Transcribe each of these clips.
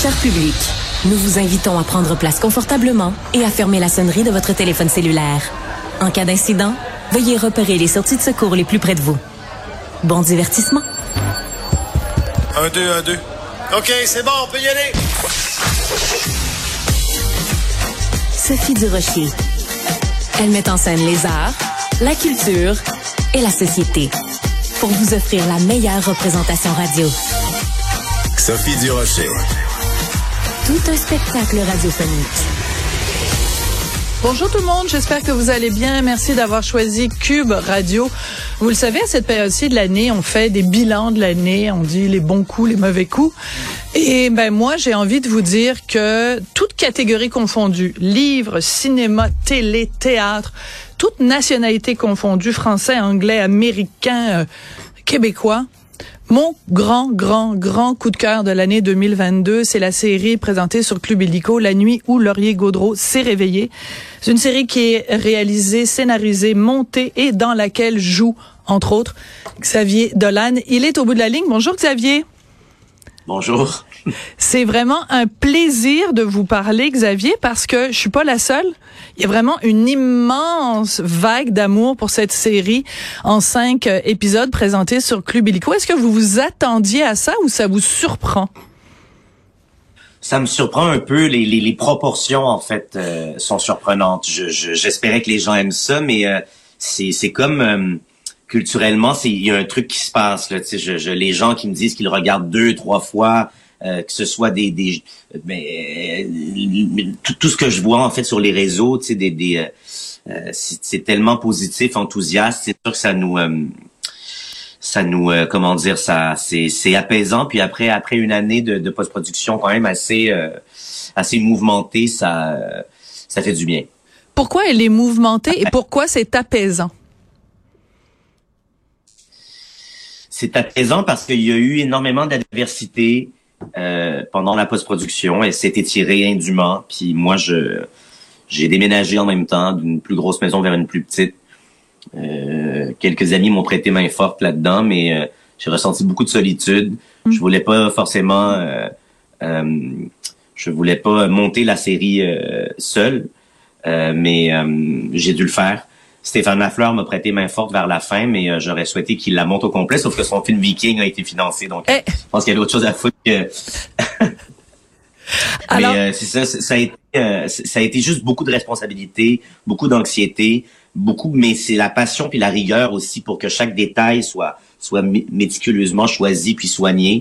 Cher public, nous vous invitons à prendre place confortablement et à fermer la sonnerie de votre téléphone cellulaire. En cas d'incident, veuillez repérer les sorties de secours les plus près de vous. Bon divertissement. 1, 2, 1, 2. OK, c'est bon, on peut y aller. Sophie Durocher. Elle met en scène les arts, la culture et la société pour vous offrir la meilleure représentation radio. Sophie Durocher. Tout un spectacle radiophonique. Bonjour tout le monde, j'espère que vous allez bien. Merci d'avoir choisi Cube Radio. Vous le savez, à cette période-ci de l'année, on fait des bilans de l'année, on dit les bons coups, les mauvais coups. Et moi, j'ai envie de vous dire que toutes catégories confondues, livres, cinéma, télé, théâtre, toutes nationalités confondues, français, anglais, américain, québécois, mon grand coup de cœur de l'année 2022, c'est la série présentée sur Club Illico, La nuit où Laurier Gaudreau s'est réveillé. C'est une série qui est réalisée, scénarisée, montée et dans laquelle joue, entre autres, Xavier Dolan. Il est au bout de la ligne. Bonjour Xavier. Bonjour. C'est vraiment un plaisir de vous parler, Xavier, parce que je suis pas la seule. Il y a vraiment une immense vague d'amour pour cette série en 5 épisodes présentés sur Club Illico. Est-ce que vous vous attendiez à ça ou ça vous surprend? Ça me surprend un peu. Les proportions, en fait, sont surprenantes. J'espérais que les gens aiment ça, mais c'est comme... culturellement, il y a un truc qui se passe. Là, les gens qui me disent qu'ils regardent 2, 3 fois... que ce soit tout ce que je vois en fait sur les réseaux, tu sais, c'est tellement positif, enthousiaste, c'est sûr que ça nous comment dire, ça c'est apaisant. Puis après une année de post-production quand même assez mouvementée, ça fait du bien. Pourquoi elle est mouvementée et pourquoi c'est apaisant? C'est apaisant parce qu'il y a eu énormément d'adversité pendant la post-production. Elle s'est étirée indûment. Puis moi, j'ai déménagé en même temps d'une plus grosse maison vers une plus petite. Quelques amis m'ont prêté main forte là-dedans, mais j'ai ressenti beaucoup de solitude. Je voulais pas forcément... je voulais pas monter la série seule, mais j'ai dû le faire. Stéphane Lafleur m'a prêté main forte vers la fin, mais j'aurais souhaité qu'il la monte au complet, sauf que son film Viking a été financé, donc je pense qu'il y avait autre chose à foutre que... Alors... Mais c'est ça a été juste beaucoup de responsabilité, beaucoup d'anxiété, mais c'est la passion puis la rigueur aussi pour que chaque détail soit méticuleusement choisi puis soigné.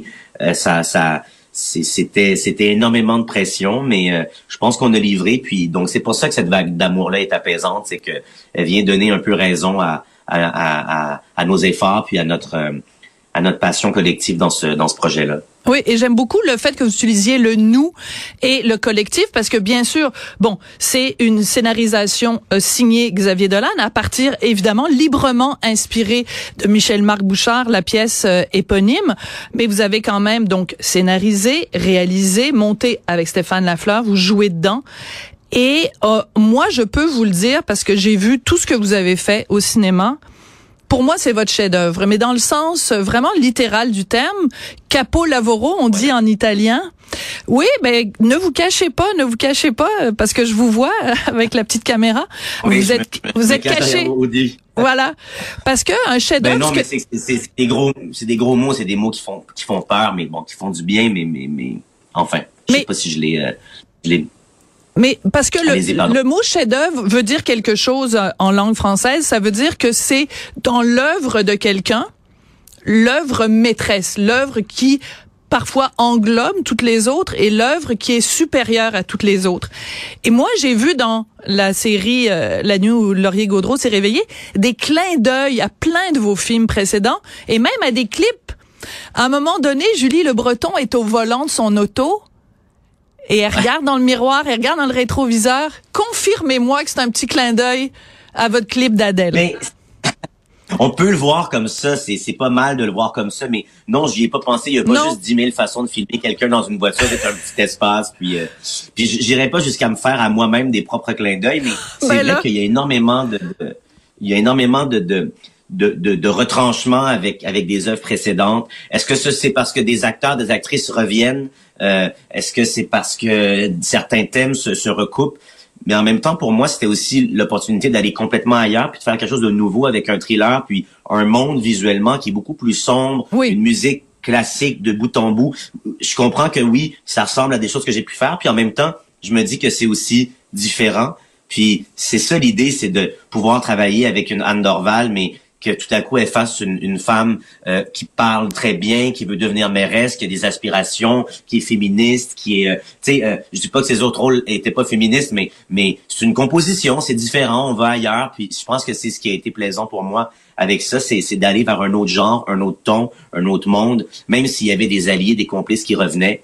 C'était énormément de pression, mais je pense qu'on a livré. Puis donc c'est pour ça que cette vague d'amour-là est apaisante, c'est que elle vient donner un peu raison à nos efforts puis à notre passion collective dans ce projet-là. Oui, et j'aime beaucoup le fait que vous utilisiez le nous et le collectif, parce que bien sûr, c'est une scénarisation signée Xavier Dolan, à partir évidemment librement inspirée de Michel-Marc Bouchard, la pièce éponyme, mais vous avez quand même donc scénarisé, réalisé, monté avec Stéphane Lafleur, vous jouez dedans. Et moi, je peux vous le dire, parce que j'ai vu tout ce que vous avez fait au cinéma. Pour moi, c'est votre chef-d'œuvre, mais dans le sens vraiment littéral du terme, capolavoro, on dit en italien. Oui, ne vous cachez pas, parce que je vous vois avec la petite caméra. Oui, vous êtes caché. Voilà, parce que un chef-d'œuvre. Non, mais c'est des gros mots, c'est des mots qui font peur, mais qui font du bien, mais enfin, je sais pas si je l'ai. Mais parce que le mot chef-d'œuvre veut dire quelque chose en langue française, ça veut dire que c'est dans l'œuvre de quelqu'un, l'œuvre maîtresse, l'œuvre qui parfois englobe toutes les autres et l'œuvre qui est supérieure à toutes les autres. Et moi, j'ai vu dans la série La nuit où Laurier Gaudreau s'est réveillé des clins d'œil à plein de vos films précédents et même à des clips. À un moment donné, Julie Le Breton est au volant de son auto. Et elle regarde dans le miroir, elle regarde dans le rétroviseur. Confirmez-moi que c'est un petit clin d'œil à votre clip d'Adèle. Mais on peut le voir comme ça, c'est pas mal de le voir comme ça, mais non, j'y ai pas pensé. Il y a pas juste 10 000 façons de filmer quelqu'un dans une voiture avec un petit espace. Puis j'irai pas jusqu'à me faire à moi-même des propres clins d'œil, mais c'est vrai qu'il y a énormément de de retranchement avec des œuvres précédentes? Est-ce que c'est parce que des acteurs, des actrices reviennent? Est-ce que c'est parce que certains thèmes se recoupent? Mais en même temps, pour moi, c'était aussi l'opportunité d'aller complètement ailleurs, puis de faire quelque chose de nouveau avec un thriller, puis un monde visuellement qui est beaucoup plus sombre, une musique classique de bout en bout. Je comprends que oui, ça ressemble à des choses que j'ai pu faire, puis en même temps, je me dis que c'est aussi différent. Puis c'est ça l'idée, c'est de pouvoir travailler avec une Anne Dorval, mais que tout à coup elle fasse une femme qui parle très bien, qui veut devenir mairesse, qui a des aspirations, qui est féministe, qui est, je dis pas que ses autres rôles étaient pas féministes, mais c'est une composition, c'est différent, on va ailleurs. Puis je pense que c'est ce qui a été plaisant pour moi avec ça, c'est d'aller vers un autre genre, un autre ton, un autre monde, même s'il y avait des alliés, des complices qui revenaient.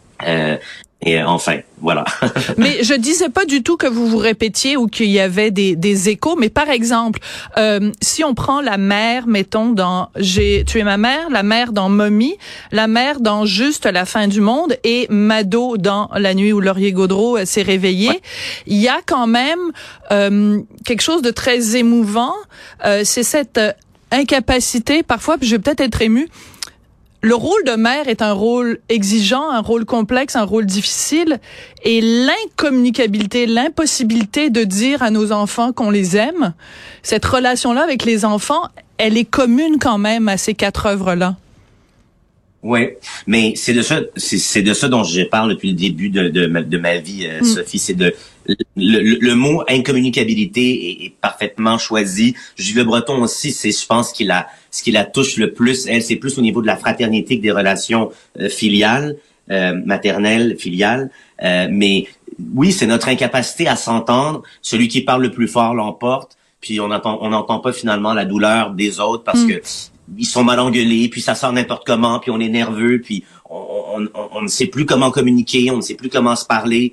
Et enfin, voilà. Mais je disais pas du tout que vous vous répétiez ou qu'il y avait des échos, mais par exemple, si on prend la mère, mettons, dans J'ai tué ma mère, la mère dans Mommy, la mère dans Juste la fin du monde et Mado dans La nuit où Laurier Gaudreau s'est réveillé, il y a quand même quelque chose de très émouvant. C'est cette incapacité, parfois, puis je vais peut-être être émue, le rôle de mère est un rôle exigeant, un rôle complexe, un rôle difficile, et l'incommunicabilité, l'impossibilité de dire à nos enfants qu'on les aime, cette relation-là avec les enfants, elle est commune quand même à ces 4 œuvres-là. Oui, mais c'est de ça dont je parle depuis le début de ma vie, Sophie. C'est le mot incommunicabilité est parfaitement choisi. Gilles Le Breton aussi, je pense ce qui la touche le plus. Elle, c'est plus au niveau de la fraternité que des relations filiales, maternelles, filiales. Mais oui, c'est notre incapacité à s'entendre. Celui qui parle le plus fort l'emporte. Puis on n'entend pas finalement la douleur des autres parce que ils sont mal engueulés, puis ça sort n'importe comment, puis on est nerveux, puis on ne sait plus comment communiquer, on ne sait plus comment se parler.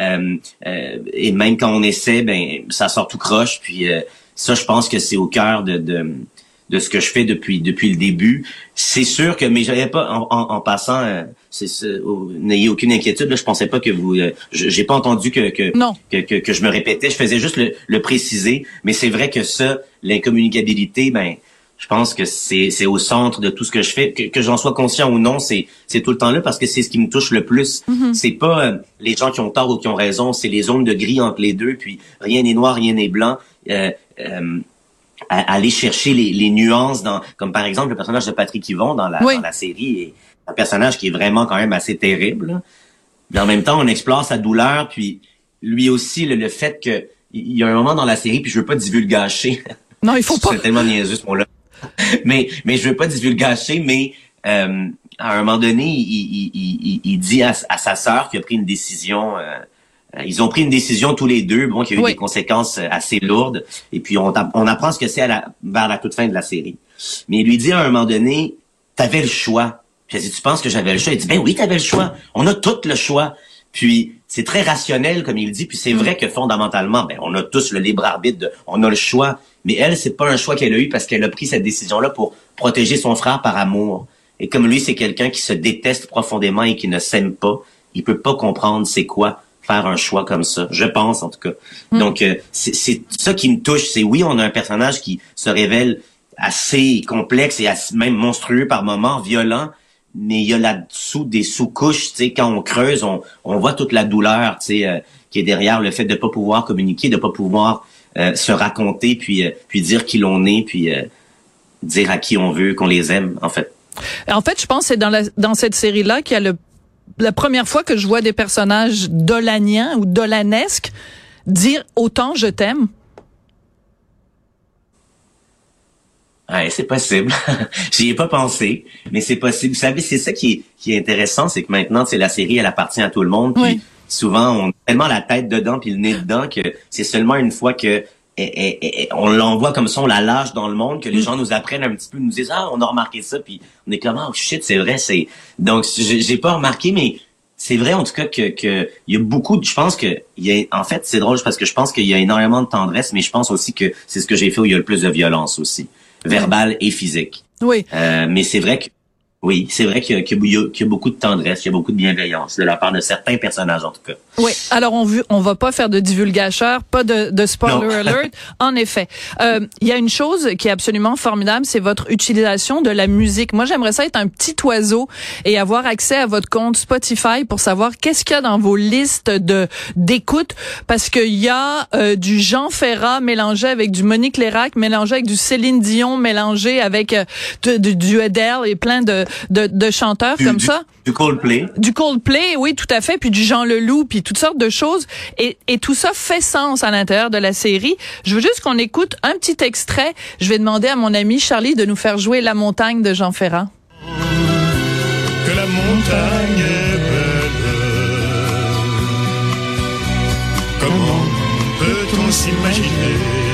Et même quand on essaie, ben ça sort tout croche. Puis ça, je pense que c'est au cœur de ce que je fais depuis le début. C'est sûr que, mais j'avais pas en passant, n'ayez aucune inquiétude. Là, je pensais pas que vous, j'ai pas entendu que je me répétais. Je faisais juste le préciser. Mais c'est vrai que ça, l'incommunicabilité, ben je pense que c'est au centre de tout ce que je fais, que j'en sois conscient ou non, c'est tout le temps là parce que c'est ce qui me touche le plus. C'est pas les gens qui ont tort ou qui ont raison, c'est les zones de gris entre les deux, puis rien n'est noir, rien n'est blanc. Aller chercher les nuances comme par exemple le personnage de Patrick Yvon dans la série est un personnage qui est vraiment quand même assez terrible. Là. Mais en même temps, on explore sa douleur, puis lui aussi le fait que il y a un moment dans la série, puis je veux pas divulgacher. Non, il faut pas. C'est tellement niaiseux ce mot-là. mais je veux pas divulgacher, mais à un moment donné, il dit à sa sœur qu'il a pris une décision. Ils ont pris une décision tous les deux, qui a eu des conséquences assez lourdes. Et puis on apprend ce que c'est vers la toute fin de la série. Mais il lui dit à un moment donné, t'avais le choix. Puis elle dit, tu penses que j'avais le choix? Il dit, ben oui, t'avais le choix. On a tout le choix. Puis c'est très rationnel comme il dit. Puis c'est vrai que fondamentalement, ben on a tous le libre arbitre, on a le choix. Mais elle, c'est pas un choix qu'elle a eu parce qu'elle a pris cette décision-là pour protéger son frère par amour. Et comme lui, c'est quelqu'un qui se déteste profondément et qui ne s'aime pas, il peut pas comprendre c'est quoi faire un choix comme ça. Je pense, en tout cas. Donc, c'est ça qui me touche. C'est oui, on a un personnage qui se révèle assez complexe et même monstrueux par moments, violent, mais il y a là-dessous des sous-couches, tu sais, quand on creuse, on voit toute la douleur, tu sais, qui est derrière le fait de pas pouvoir communiquer, de pas pouvoir se raconter, puis dire qui l'on est, puis dire à qui on veut, qu'on les aime, en fait. En fait, je pense que c'est dans cette série-là qu'il y a la première fois que je vois des personnages dolaniens ou dolanesques dire autant je t'aime. Ouais, c'est possible. J'y ai pas pensé, mais c'est possible. Vous savez, c'est ça qui est intéressant, c'est que maintenant, la série, elle appartient à tout le monde. Puis souvent, on a tellement la tête dedans puis le nez dedans que c'est seulement une fois que on l'envoie comme ça, on la lâche dans le monde, que les gens nous apprennent un petit peu, nous disent on a remarqué ça, puis on est comme oh shit, c'est vrai, donc j'ai pas remarqué, mais c'est vrai en tout cas que il y a beaucoup je pense que en fait c'est drôle parce que je pense qu'il y a énormément de tendresse, mais je pense aussi que c'est ce que j'ai fait où il y a le plus de violence aussi, verbale et physique. Oui. Mais c'est vrai que Oui, c'est vrai qu'il y a beaucoup de tendresse, il y a beaucoup de bienveillance de la part de certains personnages, en tout cas. Oui. Alors, on va pas faire de divulgateur, pas de spoiler alert. En effet. Il y a une chose qui est absolument formidable, c'est votre utilisation de la musique. Moi, j'aimerais ça être un petit oiseau et avoir accès à votre compte Spotify pour savoir qu'est-ce qu'il y a dans vos listes d'écoute, parce qu'il y a du Jean Ferrat mélangé avec du Monique Lérac, mélangé avec du Céline Dion, mélangé avec du Adele et plein de chanteurs comme ça. Du Coldplay. Du Coldplay, oui, tout à fait, puis du Jean Leloup, puis toutes sortes de choses. Et tout ça fait sens à l'intérieur de la série. Je veux juste qu'on écoute un petit extrait. Je vais demander à mon ami Charlie de nous faire jouer La Montagne de Jean Ferrat. Que la montagne est belle. Comment peut-on s'imaginer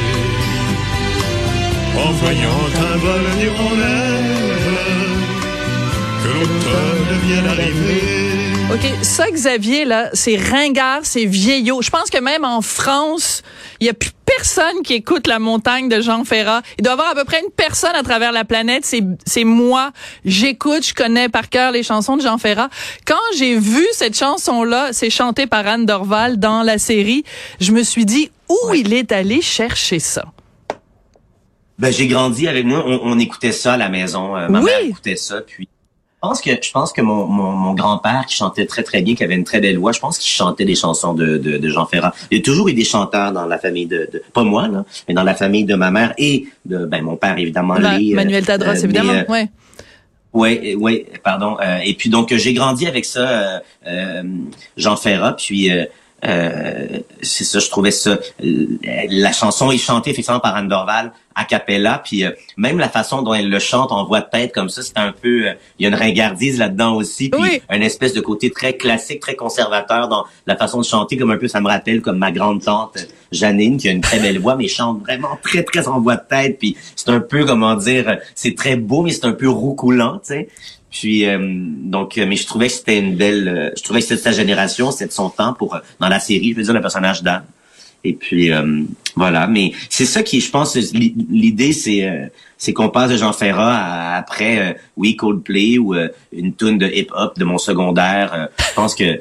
en voyant un vol d'hirondelles que l'automne vient d'arriver. OK, ça, Xavier, là, c'est ringard, c'est vieillot. Je pense que même en France, il y a plus personne qui écoute La Montagne de Jean Ferrat. Il doit y avoir à peu près une personne à travers la planète. C'est moi. J'écoute, je connais par cœur les chansons de Jean Ferrat. Quand j'ai vu cette chanson-là, c'est chanté par Anne Dorval dans la série, je me suis dit, où il est allé chercher ça? Ben, j'ai grandi avec moi, on écoutait ça à la maison. Ma mère écoutait ça, puis je pense que mon grand-père qui chantait très très bien, qui avait une très belle voix, je pense qu'il chantait des chansons de Jean Ferrat. Il y a toujours eu des chanteurs dans la famille de pas moi là, mais dans la famille de ma mère et de mon père évidemment. Manuel Tadros évidemment, ouais. Oui, pardon. Et puis donc j'ai grandi avec ça, Jean Ferrat, puis c'est ça, je trouvais ça. La chanson est chantée effectivement par Anne Dorval a cappella, puis même la façon dont elle le chante en voix de tête comme ça, c'est un peu, il y a une ringardise là-dedans aussi, puis un espèce de côté très classique, très conservateur dans la façon de chanter, comme un peu, ça me rappelle comme ma grande tante Janine qui a une très belle voix, mais chante vraiment très très en voix de tête, puis c'est un peu, comment dire, c'est très beau, mais c'est un peu roucoulant, tu sais. Puis donc, mais je trouvais que c'était une belle, je trouvais que c'était de sa génération, c'était de son temps pour dans la série, je veux dire le personnage d'Anne. Et puis voilà, mais c'est ça qui, je pense, l'idée, c'est qu'on passe de Jean Ferrat après Coldplay ou une tune de hip-hop de mon secondaire. Je pense que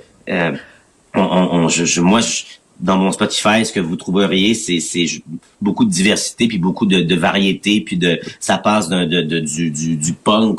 moi, dans mon Spotify, ce que vous trouveriez, c'est beaucoup de diversité puis beaucoup de variété puis ça passe du punk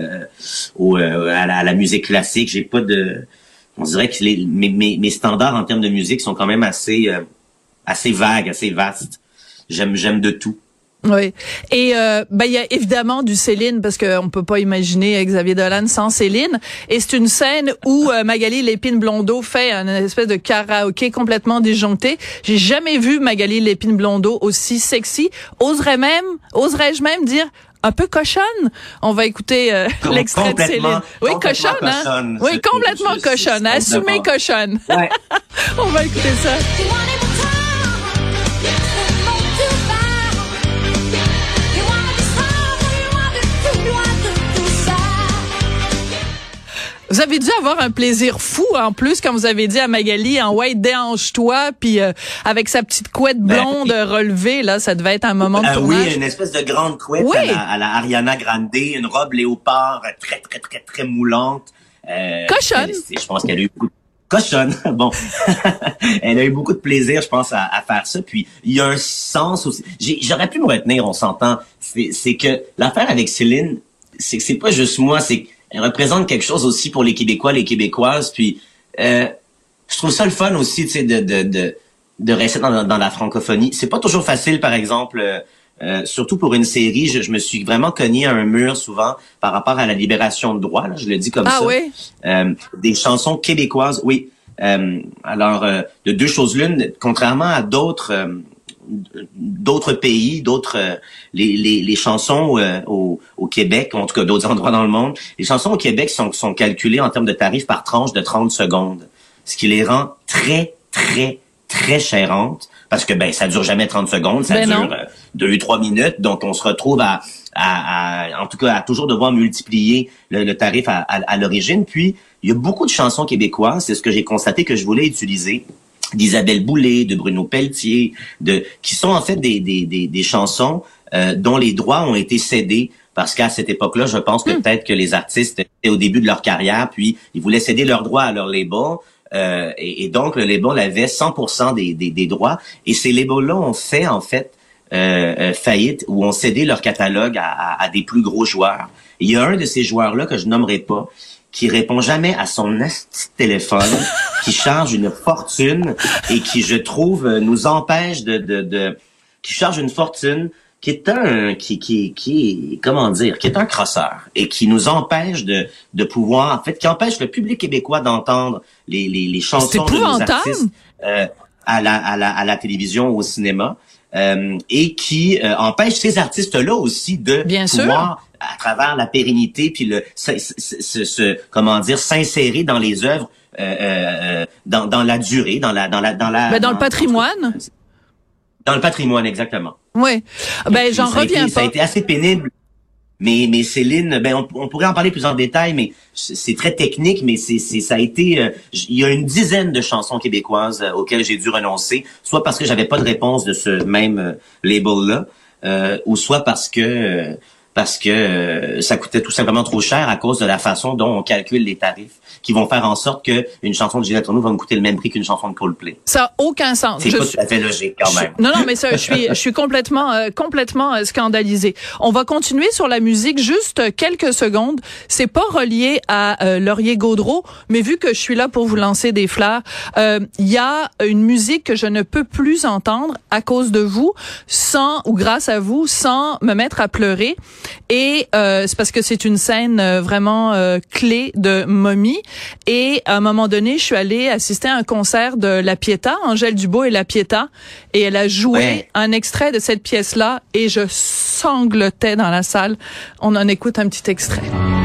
à la musique classique. J'ai pas on dirait que mes standards en termes de musique sont quand même assez vagues, assez vastes. J'aime de tout. Oui. Et il y a évidemment du Céline, parce qu'on peut pas imaginer Xavier Dolan sans Céline. Et c'est une scène où Magali Lépine-Blondeau fait une espèce de karaoké complètement disjoncté. J'ai jamais vu Magali Lépine-Blondeau aussi sexy. Oserais-je même dire un peu cochonne. On va écouter l'extrait de Céline. Oui, cochonne, hein? Oui, complètement cochonne. Assumée cochonne. Ouais. On va écouter ça. Vous avez dû avoir un plaisir fou, en plus, quand vous avez dit à Magali, déhanche-toi, puis avec sa petite couette blonde relevée, là, ça devait être un moment de tournage. Oui, une espèce de grande couette à la Ariana Grande, une robe léopard très, très, très, très moulante. Cochonne! Je pense qu'elle a eu beaucoup de... Cochonne, bon. Elle a eu beaucoup de plaisir, je pense, à faire ça. Puis, il y a un sens aussi. J'aurais pu me retenir, on s'entend. C'est que l'affaire avec Céline, c'est pas juste moi, elle représente quelque chose aussi pour les Québécois, les Québécoises. Puis, je trouve ça le fun aussi, tu sais, de rester dans la francophonie. C'est pas toujours facile, par exemple, surtout pour une série. Je me suis vraiment cogné à un mur souvent par rapport à la libération de droit. Là, je le dis comme ça. Ah oui. Des chansons québécoises, oui. Alors, de deux choses l'une, contrairement à d'autres pays, les chansons au Québec, en tout cas d'autres endroits dans le monde, les chansons au Québec sont calculées en termes de tarifs par tranche de 30 secondes, ce qui les rend très, très, très chérantes, parce que ça dure jamais 30 secondes, ça dure 2-3 minutes, donc on se retrouve en tout cas à toujours devoir multiplier le tarif à l'origine. Puis il y a beaucoup de chansons québécoises, c'est ce que j'ai constaté que je voulais utiliser, d'Isabelle Boulay, de Bruno Pelletier, qui sont en fait des chansons dont les droits ont été cédés Parce qu'à cette époque-là, je pense que peut-être que les artistes étaient au début de leur carrière, puis ils voulaient céder leurs droits à leur label. Et donc, le label avait 100% des droits. Et ces labels-là ont fait, en fait, faillite, ou ont cédé leur catalogue à des plus gros joueurs. Et il y a un de ces joueurs-là que je nommerai pas, qui répond jamais à son téléphone, qui charge une fortune et qui, je trouve, nous empêche qui charge une fortune, qui est un crosseur et qui nous empêche de pouvoir, en fait, qui empêche le public québécois d'entendre les chansons de nos artistes à la télévision, au cinéma, et qui empêche ces artistes-là aussi de pouvoir, à travers la pérennité puis s'insérer dans les œuvres dans la durée, dans le patrimoine. Dans le patrimoine, exactement. Oui. Ben, j'en reviens pas. Ça a été assez pénible. Mais Céline, on pourrait en parler plus en détail, mais c'est très technique, mais ça a été, il y a une dizaine de chansons québécoises auxquelles j'ai dû renoncer, soit parce que j'avais pas de réponse de ce même label-là, ou soit parce que ça coûtait tout simplement trop cher à cause de la façon dont on calcule les tarifs, qui vont faire en sorte que une chanson de Ginette Renault va me coûter le même prix qu'une chanson de Coldplay. Ça n'a aucun sens. C'est pas tout à fait logique quand même. Non, mais ça, je suis complètement scandalisée. On va continuer sur la musique juste quelques secondes. C'est pas relié à Laurier Gaudreau, mais vu que je suis là pour vous lancer des fleurs, il y a une musique que je ne peux plus entendre à cause de vous, ou grâce à vous, sans me mettre à pleurer. Et c'est parce que c'est une scène vraiment clé de Momie. Et à un moment donné, je suis allée assister à un concert de La Pietà, Angèle Dubois et La Pietà, et elle a joué un extrait de cette pièce-là, et je sanglotais dans la salle. On en écoute un petit extrait.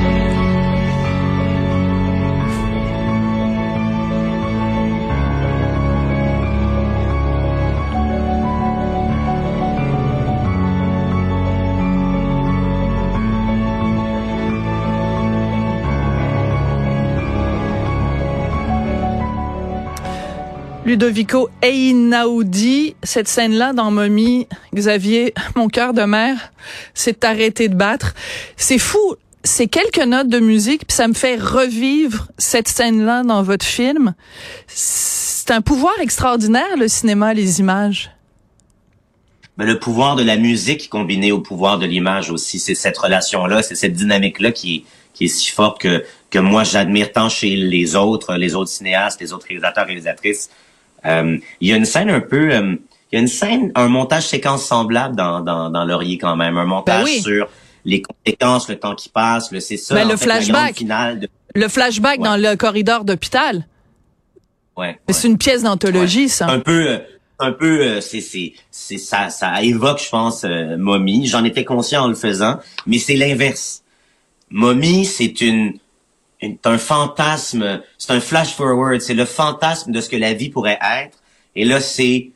Ludovico Einaudi, cette scène-là dans Momie, Xavier, mon cœur de mère s'est arrêté de battre. C'est fou, c'est quelques notes de musique, puis ça me fait revivre cette scène-là dans votre film. C'est un pouvoir extraordinaire, le cinéma, les images. Mais le pouvoir de la musique combiné au pouvoir de l'image aussi, c'est cette relation-là, c'est cette dynamique-là qui est si forte que moi j'admire tant chez les autres cinéastes, les autres réalisateurs, réalisatrices. Il y a une scène un montage séquence semblable dans Laurier quand même, un montage sur les conséquences, le temps qui passe, c'est ça. Le flashback, le flashback dans le corridor d'hôpital. C'est une pièce d'anthologie, ça. Un peu, ça évoque, je pense, Momie. J'en étais conscient en le faisant, mais c'est l'inverse. Momie, c'est un fantasme, c'est un flash forward, c'est le fantasme de ce que la vie pourrait être. Et là, c'est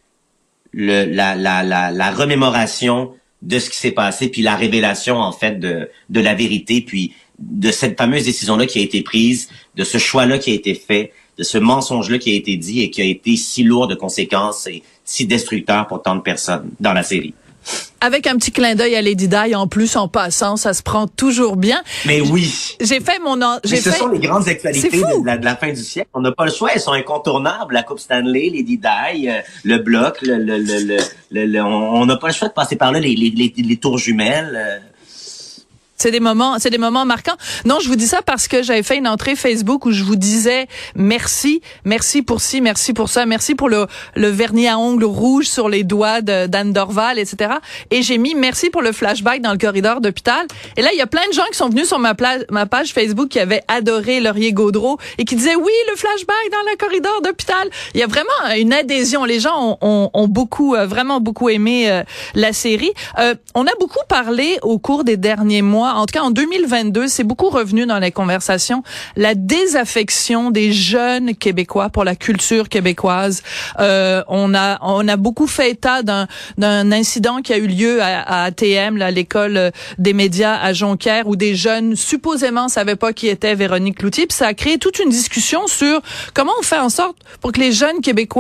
la remémoration de ce qui s'est passé, puis la révélation, en fait, de la vérité, puis de cette fameuse décision-là qui a été prise, de ce choix-là qui a été fait, de ce mensonge-là qui a été dit et qui a été si lourd de conséquences et si destructeur pour tant de personnes dans la série. Avec un petit clin d'œil à Lady Di en plus, en passant, ça se prend toujours bien. Mais oui. Ce sont les grandes actualités de la fin du siècle. On n'a pas le choix, elles sont incontournables. La Coupe Stanley, Lady Di, le bloc, on n'a pas le choix de passer par là, les tours jumelles. C'est des moments marquants. Non, je vous dis ça parce que j'avais fait une entrée Facebook où je vous disais merci pour ci, merci pour ça, merci pour le vernis à ongles rouge sur les doigts d'Anne Dorval, etc. Et j'ai mis merci pour le flashback dans le corridor d'hôpital. Et là, il y a plein de gens qui sont venus sur ma page Facebook qui avaient adoré Laurier Gaudreau et qui disaient oui, le flashback dans le corridor d'hôpital. Il y a vraiment une adhésion. Les gens ont vraiment beaucoup aimé la série. On a beaucoup parlé au cours des derniers mois. En tout cas, en 2022, c'est beaucoup revenu dans les conversations, la désaffection des jeunes Québécois pour la culture québécoise. On a beaucoup fait état d'un incident qui a eu lieu à ATM, là, l'école des médias à Jonquière, où des jeunes supposément savaient pas qui était Véronique Cloutier. Puis ça a créé toute une discussion sur comment on fait en sorte pour que les jeunes Québécois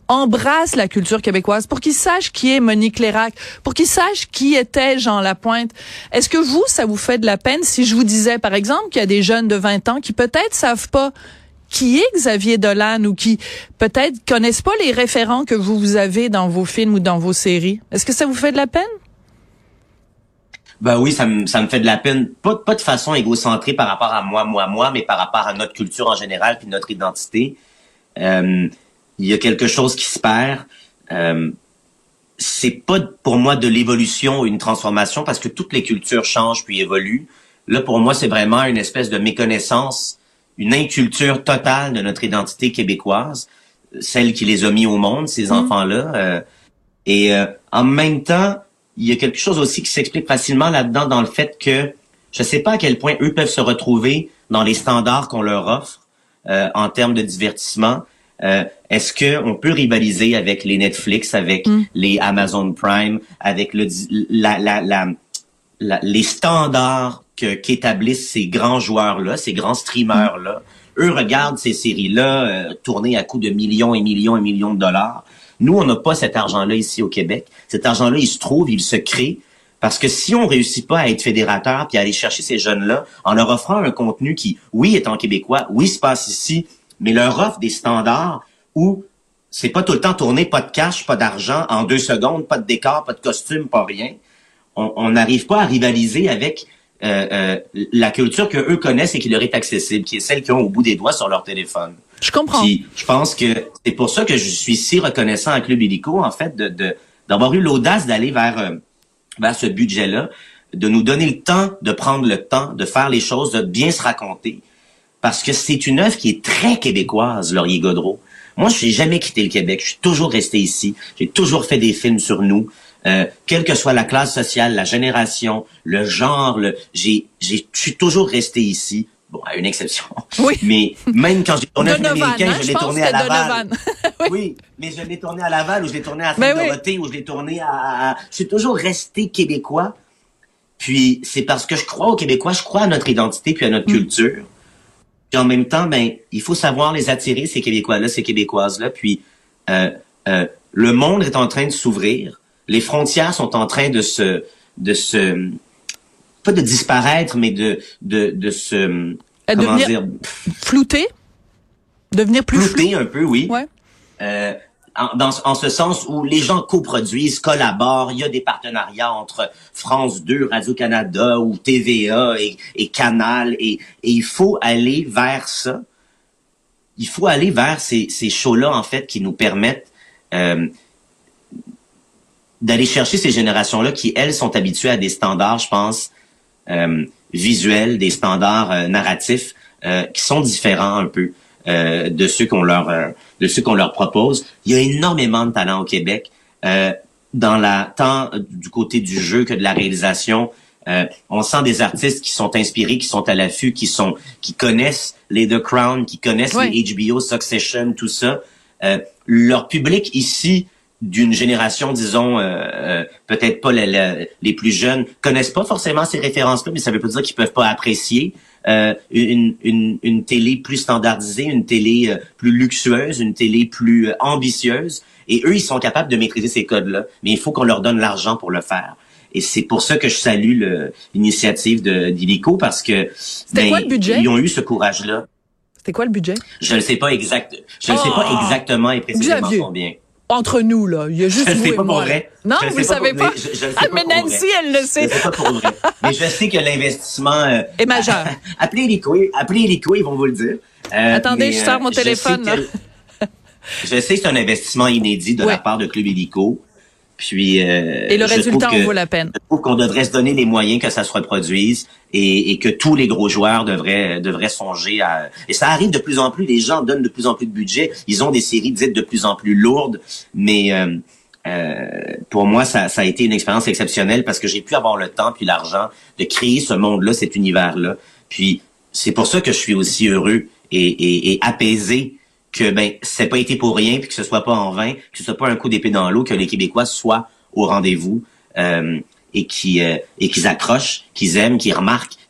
embrassent la culture québécoise, pour qu'ils sachent qui est Monique Lérac, pour qu'ils sachent qui était Jean Lapointe. Est-ce que vous, ça vous fait de la peine si je vous disais, par exemple, qu'il y a des jeunes de 20 ans qui peut-être savent pas qui est Xavier Dolan ou qui peut-être connaissent pas les référents que vous avez dans vos films ou dans vos séries? Est-ce que ça vous fait de la peine? Ben oui, ça me fait de la peine, pas de façon égocentrée par rapport à moi, mais par rapport à notre culture en général puis notre identité. Il y a quelque chose qui se perd. C'est pas pour moi de l'évolution ou une transformation parce que toutes les cultures changent puis évoluent. Là, pour moi, c'est vraiment une espèce de méconnaissance, une inculture totale de notre identité québécoise, celle qui les a mis au monde, ces enfants-là. En même temps, il y a quelque chose aussi qui s'explique facilement là-dedans dans le fait que je sais pas à quel point eux peuvent se retrouver dans les standards qu'on leur offre en termes de divertissement. Est-ce que on peut rivaliser avec les Netflix, avec les Amazon Prime, avec les standards qu'établissent ces grands joueurs-là, ces grands streamers-là? Eux regardent ces séries-là tourner à coups de millions et millions et millions de dollars. Nous, on n'a pas cet argent-là ici au Québec. Cet argent-là, il se trouve, il se crée. Parce que si on réussit pas à être fédérateur puis à aller chercher ces jeunes-là en leur offrant un contenu qui, oui, est en québécois, oui, se passe ici, mais leur offre des standards où c'est pas tout le temps tourné, pas de cash, pas d'argent, en 2 secondes, pas de décor, pas de costume, pas rien. On n'arrive pas à rivaliser avec la culture que eux connaissent et qui leur est accessible, qui est celle qu'ils ont au bout des doigts sur leur téléphone. Je comprends. Puis, je pense que c'est pour ça que je suis si reconnaissant à Club Illico, en fait, d'avoir eu l'audace d'aller vers ce budget-là, de nous donner le temps, de prendre le temps, de faire les choses, de bien se raconter. Parce que c'est une œuvre qui est très québécoise, Laurier Gaudreault. Moi, je n'ai jamais quitté le Québec. Je suis toujours resté ici. J'ai toujours fait des films sur nous. Quelle que soit la classe sociale, la génération, le genre, je suis toujours resté ici. Bon, à une exception. Oui. Mais même quand j'ai tourné un film américain, je l'ai tourné à Laval. Oui. Oui, mais je l'ai tourné à Laval ou je l'ai tourné à Sainte-Dorothée ou je l'ai tourné à... Je suis toujours resté québécois. Puis c'est parce que je crois aux Québécois, je crois à notre identité puis à notre culture. Puis en même temps, il faut savoir les attirer, ces Québécois-là, ces Québécoises-là. Puis le monde est en train de s'ouvrir. Les frontières sont en train de se pas de disparaître, mais de se comment dire, flouter, devenir plus flouter flou. Un peu, oui. Ouais. En ce sens où les gens coproduisent, collaborent, il y a des partenariats entre France 2, Radio-Canada ou TVA et Canal, et il faut aller vers ça. Il faut aller vers ces shows-là, en fait, qui nous permettent d'aller chercher ces générations-là qui, elles, sont habituées à des standards, je pense, visuels, des standards narratifs qui sont différents un peu de ceux qu'on leur propose. Il y a énormément de talent au Québec, tant du côté du jeu que de la réalisation. On sent des artistes qui sont inspirés, qui sont à l'affût, qui connaissent les The Crown, qui connaissent les HBO, Succession, tout ça. Leur public ici, d'une génération, disons, peut-être pas les plus jeunes, connaissent pas forcément ces références-là, mais ça veut pas dire qu'ils peuvent pas apprécier une télé plus standardisée, une télé plus luxueuse, une télé plus ambitieuse. Et eux, ils sont capables de maîtriser ces codes-là, mais il faut qu'on leur donne l'argent pour le faire. Et c'est pour ça que je salue l'initiative d'Illico, parce que C'était quoi le budget? Ils ont eu ce courage-là. C'était quoi le budget? Je ne sais pas exactement et précisément combien. Entre nous, là. Il y a juste vous et moi. Vrai. Non, vous le savez pas. Mais Nancy, elle le sait. Je sais pas pour vrai. Mais je sais que l'investissement est majeur. Appelez Illico, ils vont vous le dire. Attendez, je sors mon téléphone. Je sais que c'est un investissement inédit de la part de Club Illico. Puis et le résultat en vaut la peine. Je trouve qu'on devrait se donner les moyens que ça se reproduise et que tous les gros joueurs devraient songer à... Et ça arrive de plus en plus, les gens donnent de plus en plus de budget, ils ont des séries dites de plus en plus lourdes, mais pour moi, ça a été une expérience exceptionnelle parce que j'ai pu avoir le temps puis l'argent de créer ce monde-là, cet univers-là. Puis c'est pour ça que je suis aussi heureux et apaisé que c'est pas été pour rien, puis que ce soit pas en vain, que ce soit pas un coup d'épée dans l'eau, que les Québécois soient au rendez-vous et qu'ils accrochent, qu'ils aiment, qu'ils remarquent,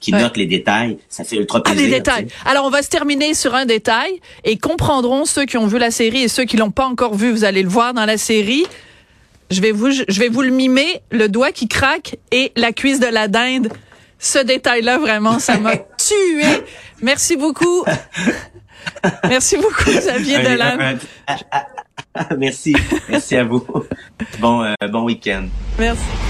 qui notent les détails, ça fait ultra plaisir. Les détails. T'sais. Alors, on va se terminer sur un détail et comprendront ceux qui ont vu la série et ceux qui l'ont pas encore vu. Vous allez le voir dans la série. Je vais vous le mimer, le doigt qui craque et la cuisse de la dinde. Ce détail-là, vraiment, ça m'a tué. Merci beaucoup. Merci beaucoup, Xavier Dolan. Merci à vous. Bon week-end. Merci.